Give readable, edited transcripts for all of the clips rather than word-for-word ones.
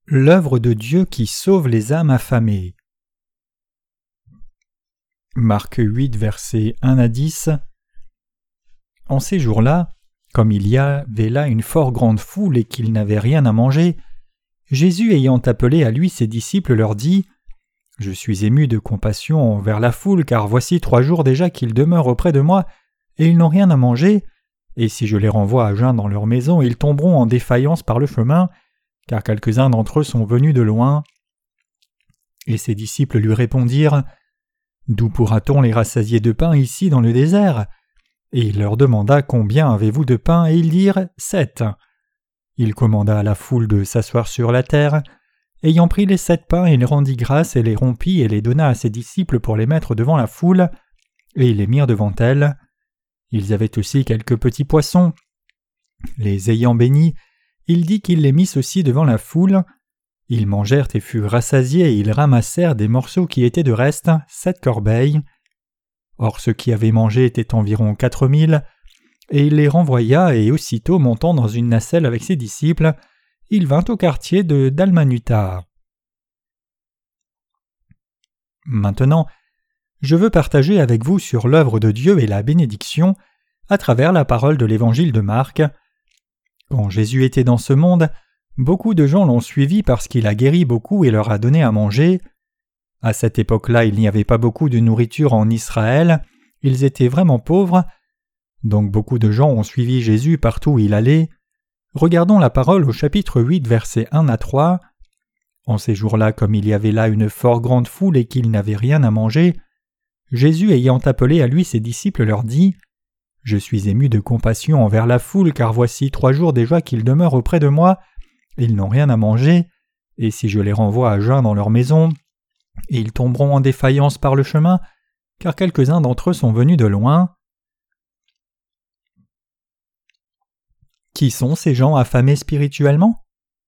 L'œuvre de Dieu qui sauve les âmes affamées. Marc 8, versets 1 à 10. En ces jours-là, comme il y avait là une fort grande foule et qu'ils n'avaient rien à manger, Jésus ayant appelé à lui ses disciples leur dit : « Je suis ému de compassion envers la foule, car voici 3 jours déjà qu'ils demeurent auprès de moi, et ils n'ont rien à manger, et si je les renvoie à jeun dans leur maison, ils tomberont en défaillance par le chemin, car quelques-uns d'entre eux sont venus de loin. » Et ses disciples lui répondirent : « D'où pourra-t-on les rassasier de pain ici dans le désert ? » Et il leur demanda : « Combien avez-vous de pain ? » Et ils dirent : « 7. » Il commanda à la foule de s'asseoir sur la terre. Ayant pris les 7 pains, il rendit grâce et les rompit et les donna à ses disciples pour les mettre devant la foule, et ils les mirent devant elle. Ils avaient aussi quelques petits poissons. Les ayant bénis, il dit qu'ils les missent aussi devant la foule. Ils mangèrent et furent rassasiés, et ils ramassèrent des morceaux qui étaient de reste, 7 corbeilles. Or ceux qui avaient mangé étaient environ 4000, et il les renvoya, et aussitôt montant dans une nacelle avec ses disciples, il vint au quartier de Dalmanuta. Maintenant, je veux partager avec vous sur l'œuvre de Dieu et la bénédiction à travers la parole de l'évangile de Marc. Quand Jésus était dans ce monde, beaucoup de gens l'ont suivi parce qu'il a guéri beaucoup et leur a donné à manger. À cette époque-là, il n'y avait pas beaucoup de nourriture en Israël, ils étaient vraiment pauvres, donc beaucoup de gens ont suivi Jésus partout où il allait. Regardons la parole au chapitre 8, versets 1 à 3. En ces jours-là, comme il y avait là une fort grande foule et qu'ils n'avaient rien à manger, Jésus ayant appelé à lui ses disciples leur dit : « Je suis ému de compassion envers la foule, car voici 3 jours déjà qu'ils demeurent auprès de moi, ils n'ont rien à manger, et si je les renvoie à jeun dans leur maison, ils tomberont en défaillance par le chemin, car quelques-uns d'entre eux sont venus de loin. » Qui sont ces gens affamés spirituellement ?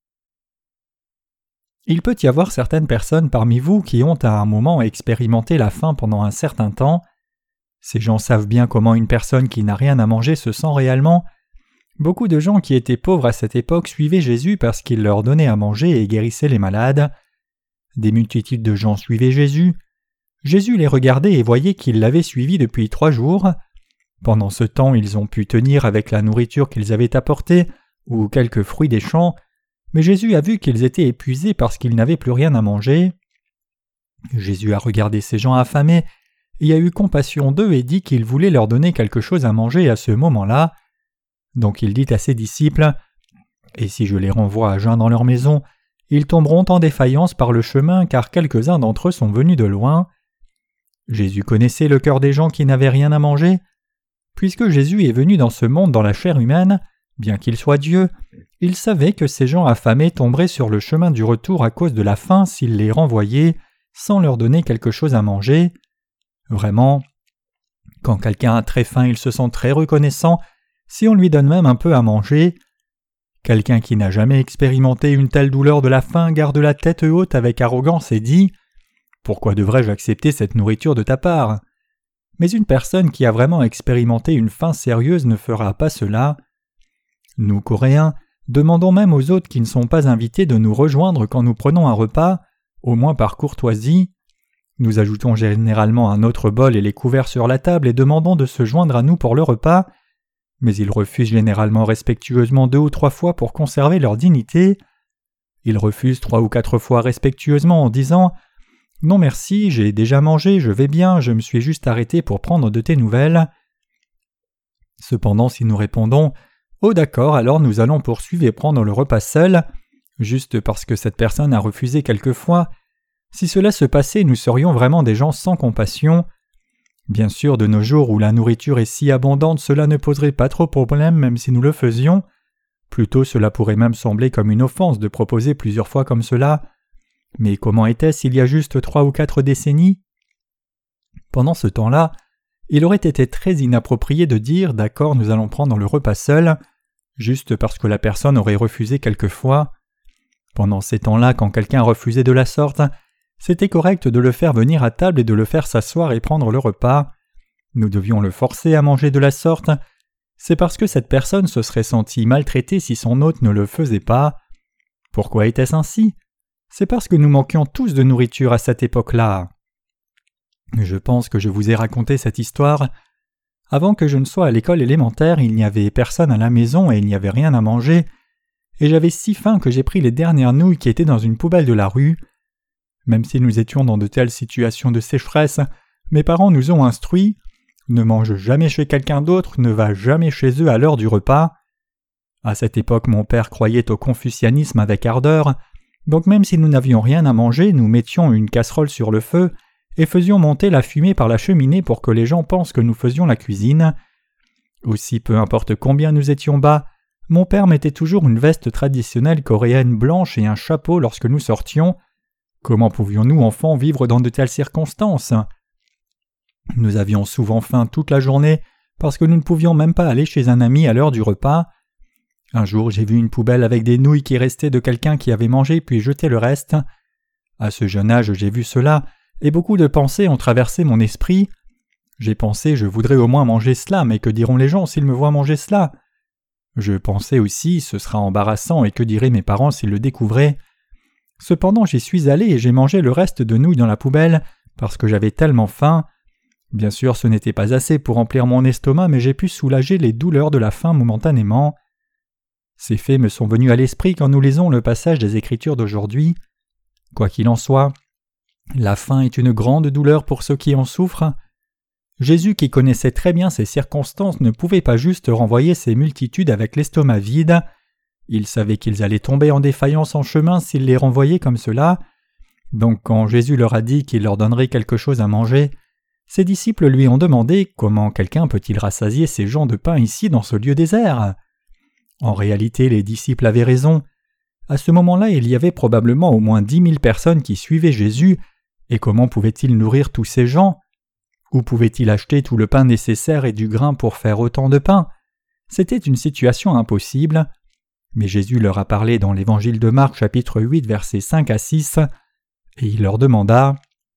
Il peut y avoir certaines personnes parmi vous qui ont à un moment expérimenté la faim pendant un certain temps. Ces gens savent bien comment une personne qui n'a rien à manger se sent réellement. Beaucoup de gens qui étaient pauvres à cette époque suivaient Jésus parce qu'il leur donnait à manger et guérissait les malades. Des multitudes de gens suivaient Jésus. Jésus les regardait et voyait qu'ils l'avaient suivi depuis 3 jours. Pendant ce temps, ils ont pu tenir avec la nourriture qu'ils avaient apportée, ou quelques fruits des champs, mais Jésus a vu qu'ils étaient épuisés parce qu'ils n'avaient plus rien à manger. Jésus a regardé ces gens affamés et a eu compassion d'eux et dit qu'il voulait leur donner quelque chose à manger à ce moment-là. Donc il dit à ses disciples : « Et si je les renvoie à jeun dans leur maison, ils tomberont en défaillance par le chemin, car quelques-uns d'entre eux sont venus de loin. » Jésus connaissait le cœur des gens qui n'avaient rien à manger. Puisque Jésus est venu dans ce monde dans la chair humaine, bien qu'il soit Dieu, il savait que ces gens affamés tomberaient sur le chemin du retour à cause de la faim s'il les renvoyait sans leur donner quelque chose à manger. Vraiment, quand quelqu'un a très faim, il se sent très reconnaissant si on lui donne même un peu à manger. Quelqu'un qui n'a jamais expérimenté une telle douleur de la faim garde la tête haute avec arrogance et dit : « Pourquoi devrais-je accepter cette nourriture de ta part ? » Mais une personne qui a vraiment expérimenté une faim sérieuse ne fera pas cela. Nous, Coréens, demandons même aux autres qui ne sont pas invités de nous rejoindre quand nous prenons un repas, au moins par courtoisie. Nous ajoutons généralement un autre bol et les couverts sur la table et demandons de se joindre à nous pour le repas, mais ils refusent généralement respectueusement 2 ou 3 fois pour conserver leur dignité. Ils refusent 3 ou 4 fois respectueusement en disant : « Non merci, j'ai déjà mangé, je vais bien, je me suis juste arrêté pour prendre de tes nouvelles. » Cependant, si nous répondons : « Oh d'accord, alors nous allons poursuivre et prendre le repas seul », juste parce que cette personne a refusé quelquefois, si cela se passait, nous serions vraiment des gens sans compassion. Bien sûr, de nos jours où la nourriture est si abondante, cela ne poserait pas trop de problème même si nous le faisions. Plutôt, cela pourrait même sembler comme une offense de proposer plusieurs fois comme cela. Mais comment était-ce il y a juste 3 ou 4 décennies ? Pendant ce temps-là, il aurait été très inapproprié de dire « D'accord, nous allons prendre le repas seul », juste parce que la personne aurait refusé quelquefois. Pendant ces temps-là, quand quelqu'un refusait de la sorte, c'était correct de le faire venir à table et de le faire s'asseoir et prendre le repas. Nous devions le forcer à manger de la sorte. C'est parce que cette personne se serait sentie maltraitée si son hôte ne le faisait pas. Pourquoi était-ce ainsi ? c'est parce que nous manquions tous de nourriture à cette époque-là. Je pense que je vous ai raconté cette histoire. Avant que je ne sois à l'école élémentaire, il n'y avait personne à la maison et il n'y avait rien à manger, et j'avais si faim que j'ai pris les dernières nouilles qui étaient dans une poubelle de la rue. Même si nous étions dans de telles situations de sécheresse, mes parents nous ont instruits « Ne mange jamais chez quelqu'un d'autre, ne va jamais chez eux à l'heure du repas ». À cette époque, mon père croyait au confucianisme avec ardeur, donc même si nous n'avions rien à manger, nous mettions une casserole sur le feu et faisions monter la fumée par la cheminée pour que les gens pensent que nous faisions la cuisine. Aussi peu importe combien nous étions bas, mon père mettait toujours une veste traditionnelle coréenne blanche et un chapeau lorsque nous sortions. Comment pouvions-nous, enfants, vivre dans de telles circonstances ? Nous avions souvent faim toute la journée parce que nous ne pouvions même pas aller chez un ami à l'heure du repas. Un jour, j'ai vu une poubelle avec des nouilles qui restaient de quelqu'un qui avait mangé puis jeté le reste. À ce jeune âge, j'ai vu cela et beaucoup de pensées ont traversé mon esprit. J'ai pensé, je voudrais au moins manger cela, mais que diront les gens s'ils me voient manger cela ? Je pensais aussi, ce sera embarrassant et que diraient mes parents s'ils le découvraient. Cependant, j'y suis allé et j'ai mangé le reste de nouilles dans la poubelle parce que j'avais tellement faim. Bien sûr, ce n'était pas assez pour remplir mon estomac, mais j'ai pu soulager les douleurs de la faim momentanément. Ces faits me sont venus à l'esprit quand nous lisons le passage des Écritures d'aujourd'hui. Quoi qu'il en soit, la faim est une grande douleur pour ceux qui en souffrent. Jésus, qui connaissait très bien ces circonstances, ne pouvait pas juste renvoyer ces multitudes avec l'estomac vide. Il savait qu'ils allaient tomber en défaillance en chemin s'il les renvoyait comme cela. Donc quand Jésus leur a dit qu'il leur donnerait quelque chose à manger, ses disciples lui ont demandé comment quelqu'un peut-il rassasier ces gens de pain ici dans ce lieu désert. En réalité, les disciples avaient raison. À ce moment-là, il y avait probablement au moins 10 000 personnes qui suivaient Jésus, et comment pouvait-il nourrir tous ces gens ? Où pouvait-il acheter tout le pain nécessaire et du grain pour faire autant de pain ? C'était une situation impossible. Mais Jésus leur a parlé dans l'Évangile de Marc chapitre 8 versets 5 à 6, et il leur demanda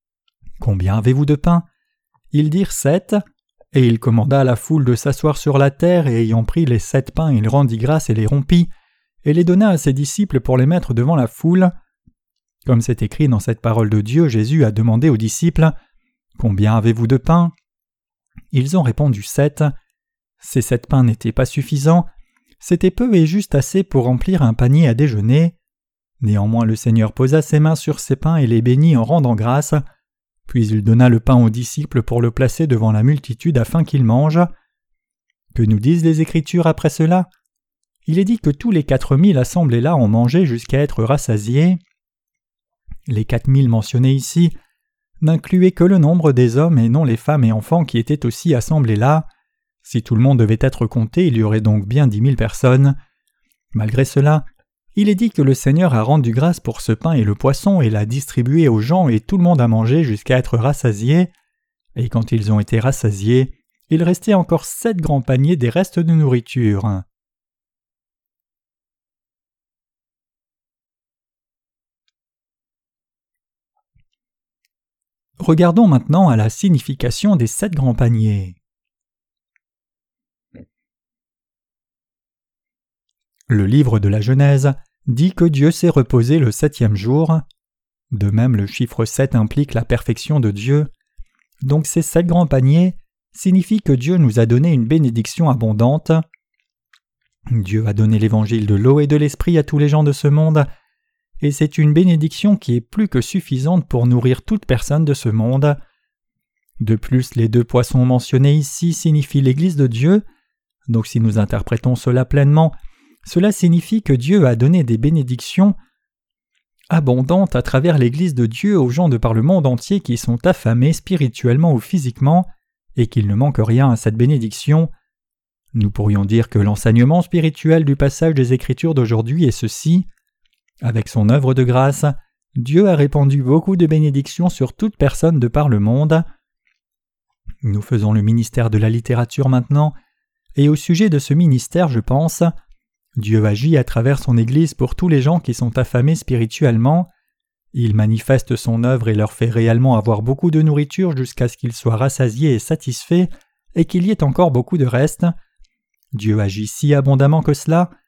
« Combien avez-vous de pain ?» Ils dirent 7, et il commanda à la foule de s'asseoir sur la terre, et ayant pris les 7 pains, il rendit grâce et les rompit, et les donna à ses disciples pour les mettre devant la foule. Comme c'est écrit dans cette parole de Dieu, Jésus a demandé aux disciples « Combien avez-vous de pain ?» Ils ont répondu 7. Ces 7 pains n'étaient pas suffisants, c'était peu et juste assez pour remplir un panier à déjeuner. Néanmoins le Seigneur posa ses mains sur ces pains et les bénit en rendant grâce. Puis il donna le pain aux disciples pour le placer devant la multitude afin qu'ils mangent. Que nous disent les Écritures après cela ? Il est dit que tous les 4000 assemblés là ont mangé jusqu'à être rassasiés. Les 4000 mentionnés ici n'incluaient que le nombre des hommes et non les femmes et enfants qui étaient aussi assemblés là. Si tout le monde devait être compté, il y aurait donc bien 10 000 personnes. Malgré cela, il est dit que le Seigneur a rendu grâce pour ce pain et le poisson et l'a distribué aux gens et tout le monde a mangé jusqu'à être rassasié. Et quand ils ont été rassasiés, il restait encore 7 grands paniers des restes de nourriture. Regardons maintenant à la signification des 7 grands paniers. Le livre de la Genèse dit que Dieu s'est reposé le 7e jour. De même, le chiffre 7 implique la perfection de Dieu. Donc ces 7 grands paniers signifient que Dieu nous a donné une bénédiction abondante. Dieu a donné l'évangile de l'eau et de l'esprit à tous les gens de ce monde, et c'est une bénédiction qui est plus que suffisante pour nourrir toute personne de ce monde. De plus, les 2 poissons mentionnés ici signifient l'Église de Dieu. Donc si nous interprétons cela pleinement, cela signifie que Dieu a donné des bénédictions abondantes à travers l'Église de Dieu aux gens de par le monde entier qui sont affamés spirituellement ou physiquement et qu'il ne manque rien à cette bénédiction. Nous pourrions dire que l'enseignement spirituel du passage des Écritures d'aujourd'hui est ceci. Avec son œuvre de grâce, Dieu a répandu beaucoup de bénédictions sur toute personne de par le monde. Nous faisons le ministère de la littérature maintenant, et au sujet de ce ministère, je pense, Dieu agit à travers son Église pour tous les gens qui sont affamés spirituellement. Il manifeste son œuvre et leur fait réellement avoir beaucoup de nourriture jusqu'à ce qu'ils soient rassasiés et satisfaits et qu'il y ait encore beaucoup de reste. Dieu agit si abondamment que cela.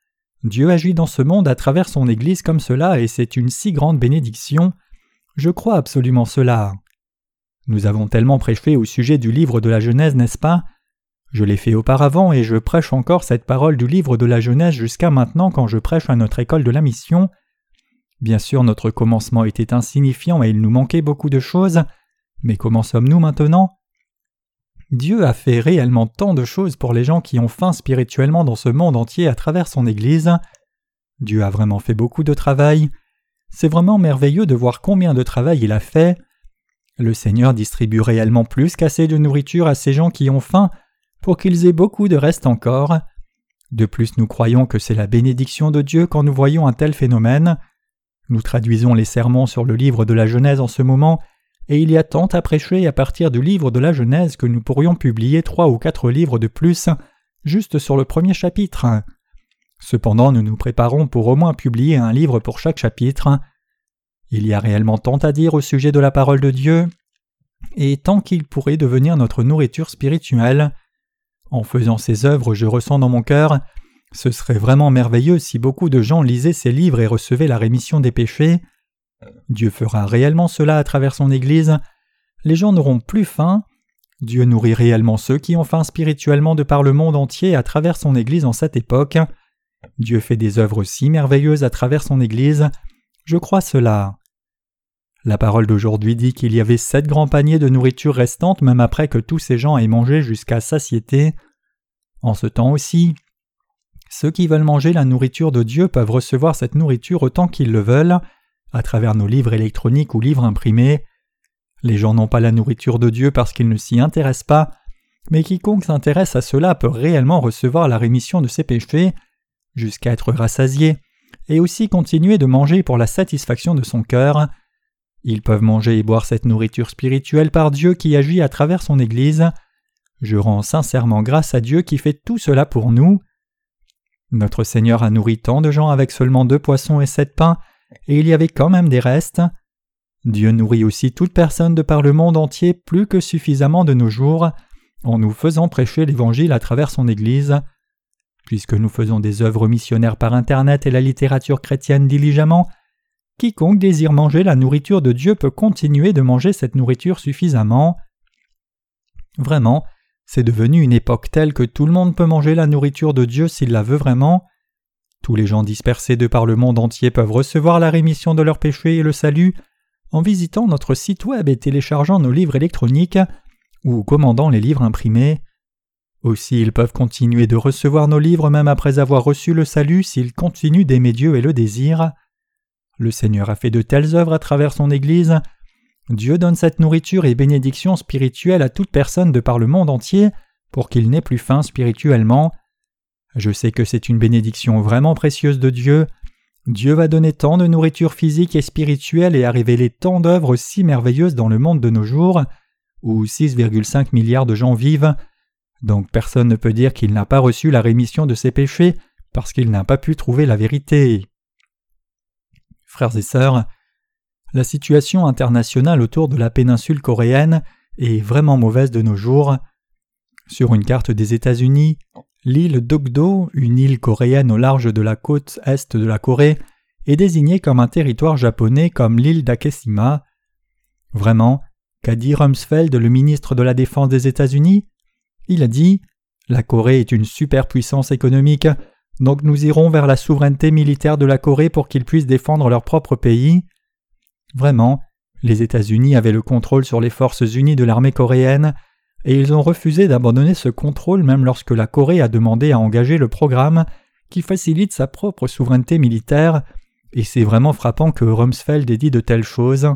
Dieu agit dans ce monde à travers son Église comme cela et c'est une si grande bénédiction. Je crois absolument cela. Nous avons tellement prêché au sujet du livre de la Genèse, n'est-ce pas? Je l'ai fait auparavant et je prêche encore cette parole du livre de la Genèse jusqu'à maintenant quand je prêche à notre école de la mission. Bien sûr, notre commencement était insignifiant et il nous manquait beaucoup de choses, mais comment sommes-nous maintenant? Dieu a fait réellement tant de choses pour les gens qui ont faim spirituellement dans ce monde entier à travers son Église. Dieu a vraiment fait beaucoup de travail. C'est vraiment merveilleux de voir combien de travail il a fait. Le Seigneur distribue réellement plus qu'assez de nourriture à ces gens qui ont faim pour qu'ils aient beaucoup de reste encore. De plus, nous croyons que c'est la bénédiction de Dieu quand nous voyons un tel phénomène. Nous traduisons les sermons sur le livre de la Genèse en ce moment, et il y a tant à prêcher à partir du livre de la Genèse que nous pourrions publier 3 ou 4 livres de plus, juste sur le premier chapitre. Cependant, nous nous préparons pour au moins publier un livre pour chaque chapitre. Il y a réellement tant à dire au sujet de la parole de Dieu, et tant qu'il pourrait devenir notre nourriture spirituelle. En faisant ces œuvres, je ressens dans mon cœur, ce serait vraiment merveilleux si beaucoup de gens lisaient ces livres et recevaient la rémission des péchés. Dieu fera réellement cela à travers son Église. Les gens n'auront plus faim. Dieu nourrit réellement ceux qui ont faim spirituellement de par le monde entier à travers son Église en cette époque. Dieu fait des œuvres si merveilleuses à travers son Église. Je crois cela. La parole d'aujourd'hui dit qu'il y avait 7 grands paniers de nourriture restantes même après que tous ces gens aient mangé jusqu'à satiété. En ce temps aussi, ceux qui veulent manger la nourriture de Dieu peuvent recevoir cette nourriture autant qu'ils le veulent, à travers nos livres électroniques ou livres imprimés. Les gens n'ont pas la nourriture de Dieu parce qu'ils ne s'y intéressent pas, mais quiconque s'intéresse à cela peut réellement recevoir la rémission de ses péchés, jusqu'à être rassasié, et aussi continuer de manger pour la satisfaction de son cœur. Ils peuvent manger et boire cette nourriture spirituelle par Dieu qui agit à travers son Église. Je rends sincèrement grâce à Dieu qui fait tout cela pour nous. Notre Seigneur a nourri tant de gens avec seulement 2 poissons et 7 pains, et il y avait quand même des restes. Dieu nourrit aussi toute personne de par le monde entier plus que suffisamment de nos jours, en nous faisant prêcher l'Évangile à travers son Église. Puisque nous faisons des œuvres missionnaires par Internet et la littérature chrétienne diligemment, quiconque désire manger la nourriture de Dieu peut continuer de manger cette nourriture suffisamment. Vraiment, c'est devenu une époque telle que tout le monde peut manger la nourriture de Dieu s'il la veut vraiment. Tous les gens dispersés de par le monde entier peuvent recevoir la rémission de leurs péchés et le salut en visitant notre site web et téléchargeant nos livres électroniques ou commandant les livres imprimés. Aussi, ils peuvent continuer de recevoir nos livres même après avoir reçu le salut s'ils continuent d'aimer Dieu et le désirent. Le Seigneur a fait de telles œuvres à travers son Église. Dieu donne cette nourriture et bénédiction spirituelle à toute personne de par le monde entier pour qu'il n'ait plus faim spirituellement. Je sais que c'est une bénédiction vraiment précieuse de Dieu. Dieu va donner tant de nourriture physique et spirituelle et a révélé tant d'œuvres si merveilleuses dans le monde de nos jours, où 6,5 milliards de gens vivent. Donc personne ne peut dire qu'il n'a pas reçu la rémission de ses péchés parce qu'il n'a pas pu trouver la vérité. Frères et sœurs, la situation internationale autour de la péninsule coréenne est vraiment mauvaise de nos jours. Sur une carte des États-Unis, l'île d'Okdo, une île coréenne au large de la côte est de la Corée, est désignée comme un territoire japonais comme l'île d'Akeshima. Vraiment, qu'a dit Rumsfeld, le ministre de la Défense des États-Unis? Il a dit « La Corée est une superpuissance économique, donc nous irons vers la souveraineté militaire de la Corée pour qu'ils puissent défendre leur propre pays. » Vraiment, les États-Unis avaient le contrôle sur les forces unies de l'armée coréenne, et ils ont refusé d'abandonner ce contrôle même lorsque la Corée a demandé à engager le programme qui facilite sa propre souveraineté militaire, et c'est vraiment frappant que Rumsfeld ait dit de telles choses.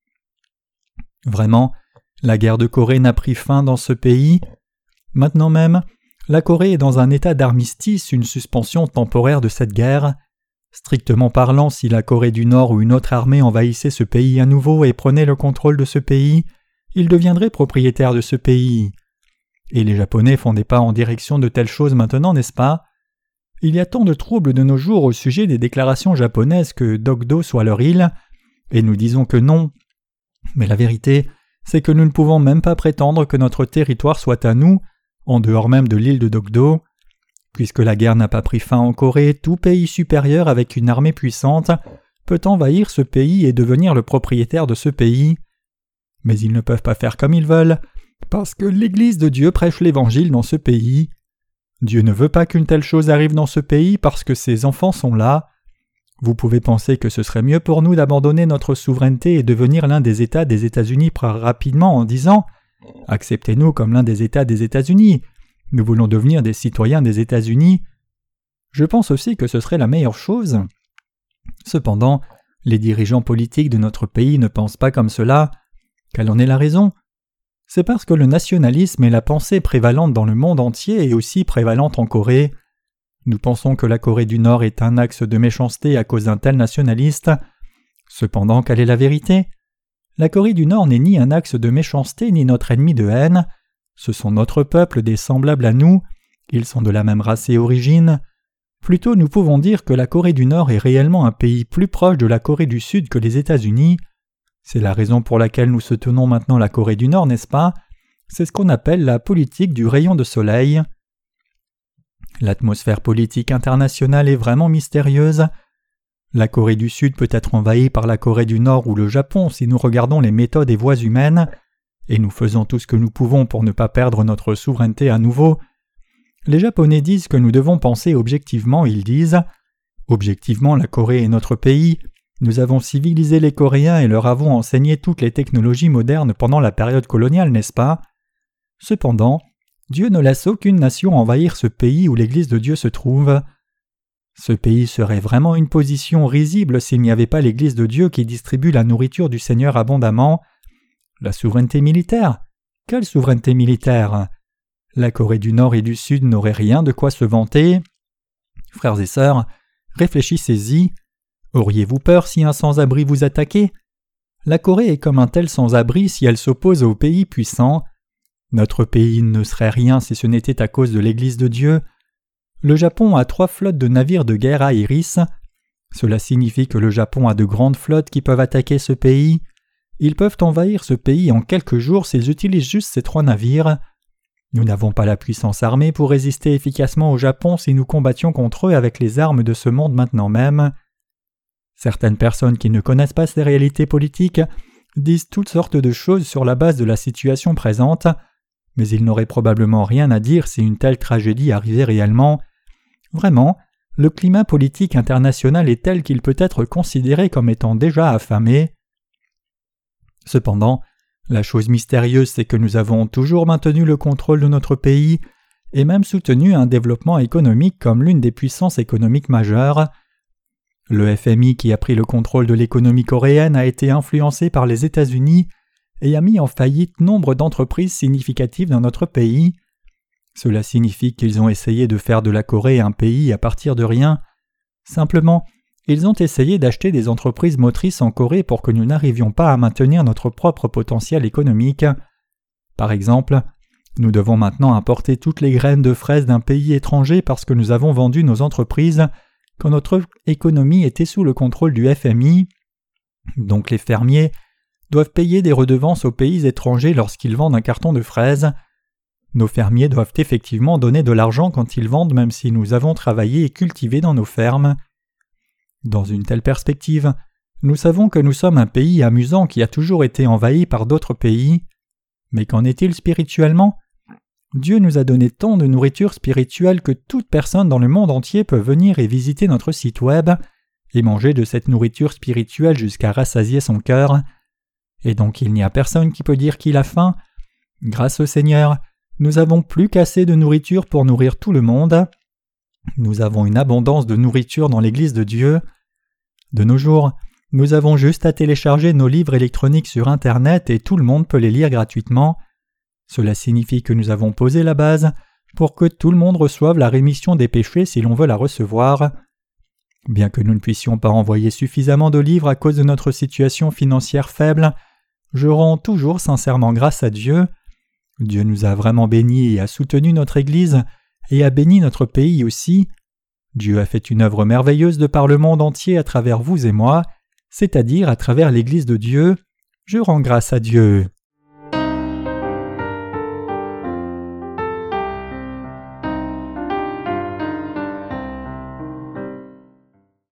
Vraiment, la guerre de Corée n'a pris fin dans ce pays. Maintenant même, la Corée est dans un état d'armistice, une suspension temporaire de cette guerre. Strictement parlant, si la Corée du Nord ou une autre armée envahissait ce pays à nouveau et prenait le contrôle de ce pays, ils deviendraient propriétaires de ce pays. Et les Japonais font des pas en direction de telles choses maintenant, n'est-ce pas? Il y a tant de troubles de nos jours au sujet des déclarations japonaises que Dokdo soit leur île, et nous disons que non. Mais la vérité, c'est que nous ne pouvons même pas prétendre que notre territoire soit à nous, en dehors même de l'île de Dokdo. Puisque la guerre n'a pas pris fin en Corée, tout pays supérieur avec une armée puissante peut envahir ce pays et devenir le propriétaire de ce pays. Mais ils ne peuvent pas faire comme ils veulent, parce que l'Église de Dieu prêche l'Évangile dans ce pays. Dieu ne veut pas qu'une telle chose arrive dans ce pays parce que ses enfants sont là. Vous pouvez penser que ce serait mieux pour nous d'abandonner notre souveraineté et devenir l'un des États des États-Unis rapidement en disant « Acceptez-nous comme l'un des États des États-Unis. Nous voulons devenir des citoyens des États-Unis. » Je pense aussi que ce serait la meilleure chose. Cependant, les dirigeants politiques de notre pays ne pensent pas comme cela. Quelle en est la raison ? C'est parce que le nationalisme est la pensée prévalente dans le monde entier et aussi prévalente en Corée. Nous pensons que la Corée du Nord est un axe de méchanceté à cause d'un tel nationaliste. Cependant, quelle est la vérité ? La Corée du Nord n'est ni un axe de méchanceté ni notre ennemi de haine. Ce sont notre peuple, des semblables à nous. Ils sont de la même race et origine. Plutôt, nous pouvons dire que la Corée du Nord est réellement un pays plus proche de la Corée du Sud que les États-Unis. C'est la raison pour laquelle nous soutenons maintenant la Corée du Nord, n'est-ce pas ? C'est ce qu'on appelle la politique du rayon de soleil. L'atmosphère politique internationale est vraiment mystérieuse. La Corée du Sud peut être envahie par la Corée du Nord ou le Japon si nous regardons les méthodes et voies humaines, et nous faisons tout ce que nous pouvons pour ne pas perdre notre souveraineté à nouveau. Les Japonais disent que nous devons penser objectivement, ils disent « Objectivement, la Corée est notre pays. Nous avons civilisé les Coréens et leur avons enseigné toutes les technologies modernes pendant la période coloniale, n'est-ce pas ? Cependant, Dieu ne laisse aucune nation envahir ce pays où l'Église de Dieu se trouve. Ce pays serait vraiment une position risible s'il n'y avait pas l'Église de Dieu qui distribue la nourriture du Seigneur abondamment. La souveraineté militaire ? Quelle souveraineté militaire ? La Corée du Nord et du Sud n'auraient rien de quoi se vanter. Frères et sœurs, réfléchissez-y. Auriez-vous peur si un sans-abri vous attaquait ? La Corée est comme un tel sans-abri si elle s'oppose aux pays puissants. Notre pays ne serait rien si ce n'était à cause de l'Église de Dieu. Le Japon a 3 flottes de navires de guerre à Iris. Cela signifie que le Japon a de grandes flottes qui peuvent attaquer ce pays. Ils peuvent envahir ce pays en quelques jours s'ils utilisent juste ces 3 navires. Nous n'avons pas la puissance armée pour résister efficacement au Japon si nous combattions contre eux avec les armes de ce monde maintenant même. Certaines personnes qui ne connaissent pas ces réalités politiques disent toutes sortes de choses sur la base de la situation présente, mais ils n'auraient probablement rien à dire si une telle tragédie arrivait réellement. Vraiment, le climat politique international est tel qu'il peut être considéré comme étant déjà affamé. Cependant, la chose mystérieuse, c'est que nous avons toujours maintenu le contrôle de notre pays et même soutenu un développement économique comme l'une des puissances économiques majeures. Le FMI qui a pris le contrôle de l'économie coréenne a été influencé par les États-Unis et a mis en faillite nombre d'entreprises significatives dans notre pays. Cela signifie qu'ils ont essayé de faire de la Corée un pays à partir de rien. Simplement, ils ont essayé d'acheter des entreprises motrices en Corée pour que nous n'arrivions pas à maintenir notre propre potentiel économique. Par exemple, nous devons maintenant importer toutes les graines de fraises d'un pays étranger parce que nous avons vendu nos entreprises quand notre économie était sous le contrôle du FMI. Donc les fermiers doivent payer des redevances aux pays étrangers lorsqu'ils vendent un carton de fraises. Nos fermiers doivent effectivement donner de l'argent quand ils vendent même si nous avons travaillé et cultivé dans nos fermes. Dans une telle perspective, nous savons que nous sommes un pays amusant qui a toujours été envahi par d'autres pays. Mais qu'en est-il spirituellement ? Dieu nous a donné tant de nourriture spirituelle que toute personne dans le monde entier peut venir et visiter notre site web et manger de cette nourriture spirituelle jusqu'à rassasier son cœur. Et donc il n'y a personne qui peut dire qu'il a faim. Grâce au Seigneur, nous avons plus qu'assez de nourriture pour nourrir tout le monde. Nous avons une abondance de nourriture dans l'Église de Dieu. De nos jours, nous avons juste à télécharger nos livres électroniques sur Internet et tout le monde peut les lire gratuitement. Cela signifie que nous avons posé la base pour que tout le monde reçoive la rémission des péchés si l'on veut la recevoir. Bien que nous ne puissions pas envoyer suffisamment de livres à cause de notre situation financière faible, je rends toujours sincèrement grâce à Dieu. Dieu nous a vraiment bénis et a soutenu notre Église et a béni notre pays aussi. Dieu a fait une œuvre merveilleuse de par le monde entier à travers vous et moi, c'est-à-dire à travers l'Église de Dieu. Je rends grâce à Dieu.